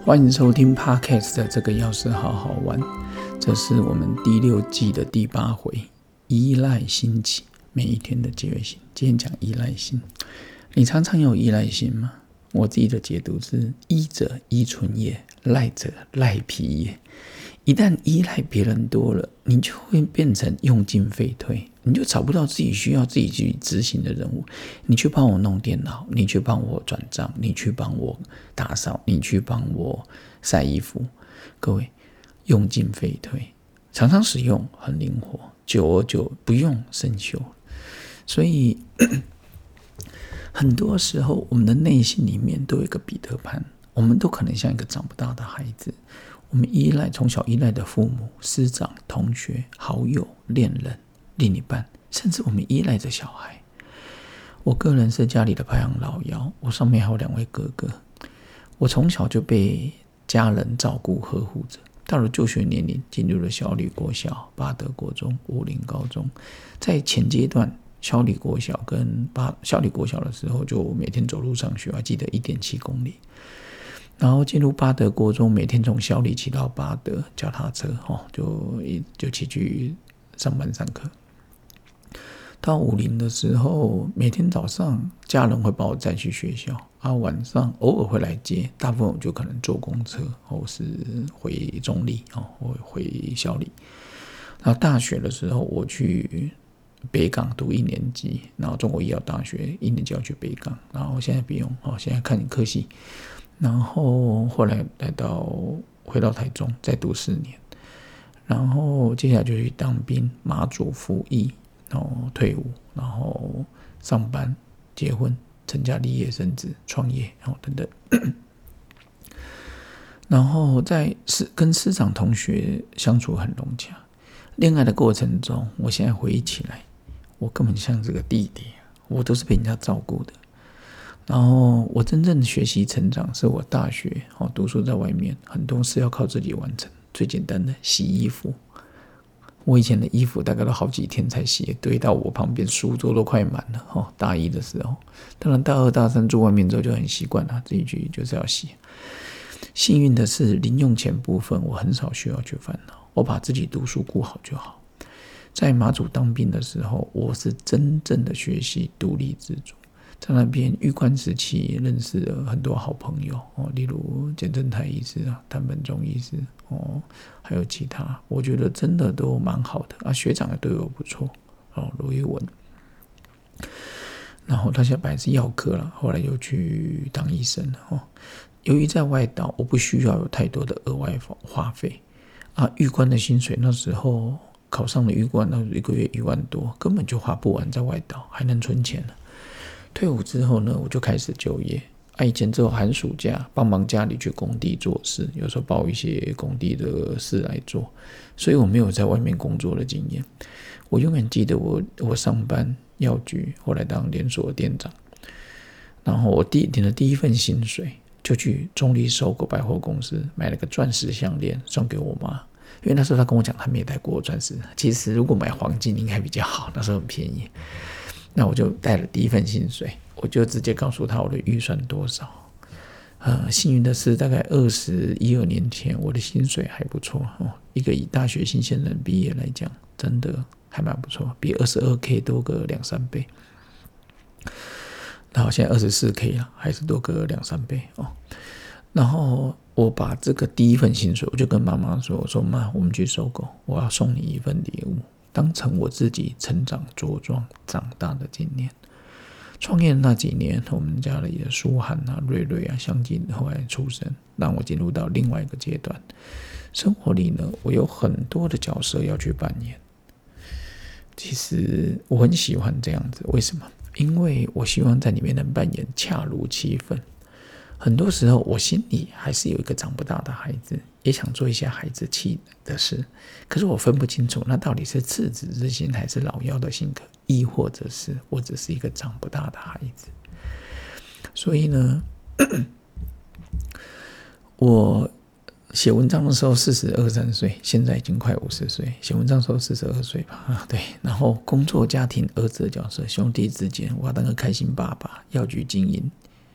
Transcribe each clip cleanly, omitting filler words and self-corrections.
欢迎收听 Podcast 的这个钥匙好好玩，这是我们第6季的第8回，依赖心起，每一天的节约心。今天讲依赖心，你常常有依赖心吗？我自己的解读是：依者依存也，赖者赖皮也。一旦依赖别人多了，你就会变成用进废退，你就找不到自己需要自己去执行的任务。你去帮我弄电脑，你去帮我转账，你去帮我打扫，你去帮我晒衣服。各位，用进废退，常常使用很灵活，久而久不用生锈。所以很多时候我们的内心里面都有一个彼得潘，我们都可能像一个长不大的孩子。我们从小依赖的父母、师长、同学、好友、恋人、另一半，甚至我们依赖着小孩。我个人是家里的排行老幺，我上面还有2位哥哥。我从小就被家人照顾呵护着，到了就学年龄，进入了小李国小、八德国中、武林高中。在前阶段，小李国小的时候，就每天走路上学，还记得1.7公里。然后进入八德国中，每天从小李骑到八德，脚踏车就骑去上班上课。到武林的时候，每天早上家人会把我载去学校，晚上偶尔会来接，大部分我就可能坐公车，或是回中立，或回小李。然后大学的时候，我去北港读1年级，然后中国医药大学1年级要去北港，然后现在不用，现在看科系。然后后来回到台中，再读4年，然后接下来就去当兵，马祖服役，然后退伍，然后上班、结婚、成家立业、生子、创业，等等。然后跟师长同学相处很融洽。恋爱的过程中，我现在回忆起来，我根本像这个弟弟，我都是被人家照顾的。然后我真正的学习成长是我大学读书在外面，很多事要靠自己完成。最简单的洗衣服，我以前的衣服大概都好几天才洗，堆到我旁边书桌都快满了。大1的时候，当然大2、大3住外面之后就很习惯了，自己去就是要洗。幸运的是，零用钱部分我很少需要去烦恼，我把自己读书顾好就好。在马祖当兵的时候，我是真正的学习独立自主。在那边预官时期认识了很多好朋友，例如简正泰医师、谭本忠医师，还有其他，我觉得真的都蛮好的。学长也对我不错，罗玉文。然后他现在本来是药科了，后来又去当医生了。由于在外岛，我不需要有太多的额外花费预官的薪水那时候考上了预官，那1个月1万多，根本就花不完，在外岛还能存钱了。退伍之后呢，我就开始就业。以前只有寒暑假帮忙家里去工地做事，有时候报一些工地的事来做，所以我没有在外面工作的经验。我永远记得我上班药局，后来当连锁店长，然后我领了第1份薪水，就去中立收购百货公司买了个钻石项链送给我妈，因为那时候她跟我讲她没戴过钻石，其实如果买黄金应该比较好，那时候很便宜。那我就带了第1份薪水，我就直接告诉他我的预算多少。幸运的是，大概21、22年前，我的薪水还不错一个以大学新鲜人毕业来讲，真的还蛮不错，比 22K 多个2、3倍。然后现在 24K 了，还是多个2、3倍然后我把这个第1份薪水，我就跟妈妈说：“我说妈，我们去收购，我要送你1份礼物。”当成我自己成长茁壮长大的纪念。创业的那几年，我们家里的舒涵瑞瑞相继后来出生，让我进入到另外一个阶段。生活里呢，我有很多的角色要去扮演。其实我很喜欢这样子，为什么？因为我希望在里面能扮演恰如其分。很多时候我心里还是有一个长不大的孩子，也想做一些孩子气的事，可是我分不清楚那到底是赤子之心还是老幺的性格，亦或者是我只是一个长不大的孩子。所以呢，我写文章的时候42、43岁，现在已经快50岁。写文章的时候42岁吧，对。然后工作、家庭、儿子的角色，兄弟之间，我要当个开心爸爸，药局经营，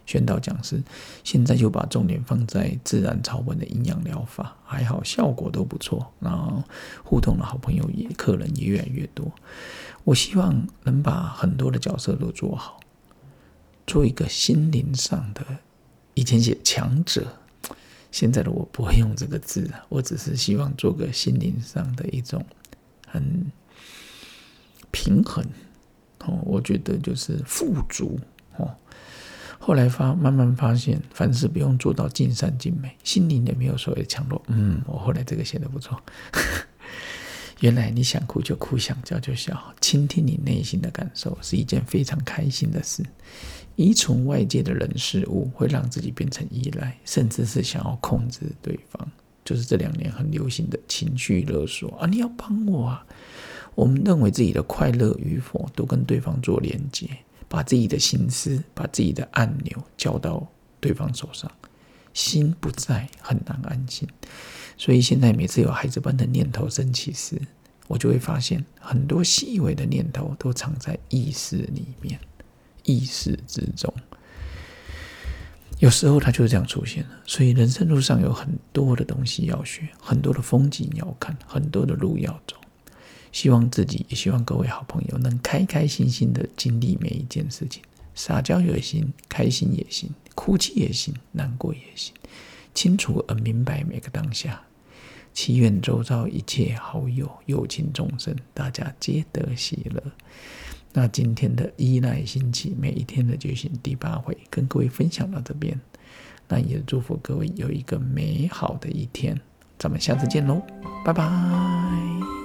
宣导讲师，现在就把重点放在自然草本的营养疗法，还好效果都不错，然后互动的好朋友客人也越来越多。我希望能把很多的角色都做好，做一个心灵上的，以前写强者，现在的我不会用这个字，我只是希望做个心灵上的一种很平衡，我觉得就是富足。后来慢慢发现，凡事不用做到尽善尽美，心灵也没有所谓的强弱。我后来这个写得不错。原来你想哭就哭，想笑就笑，倾听你内心的感受是一件非常开心的事。依从外界的人事物会让自己变成依赖，甚至是想要控制对方，就是这2年很流行的情绪勒索你要帮我啊！我们认为自己的快乐与否都跟对方做连结，把自己的心思，把自己的按钮交到对方手上，心不在，很难安心。所以现在每次有孩子般的念头升起时，我就会发现很多细微的念头都藏在意识里面，意识之中。有时候它就是这样出现了。所以人生路上有很多的东西要学，很多的风景要看，很多的路要走。希望自己也希望各位好朋友能开开心心的经历每一件事情，撒娇也行，开心也行，哭泣也行，难过也行，清楚而明白每个当下。祈愿周遭一切好友有情众生，大家皆得喜乐。那今天的依赖兴起每一天的觉醒第8回跟各位分享到这边，那也祝福各位有一个美好的一天，咱们下次见喽，拜拜。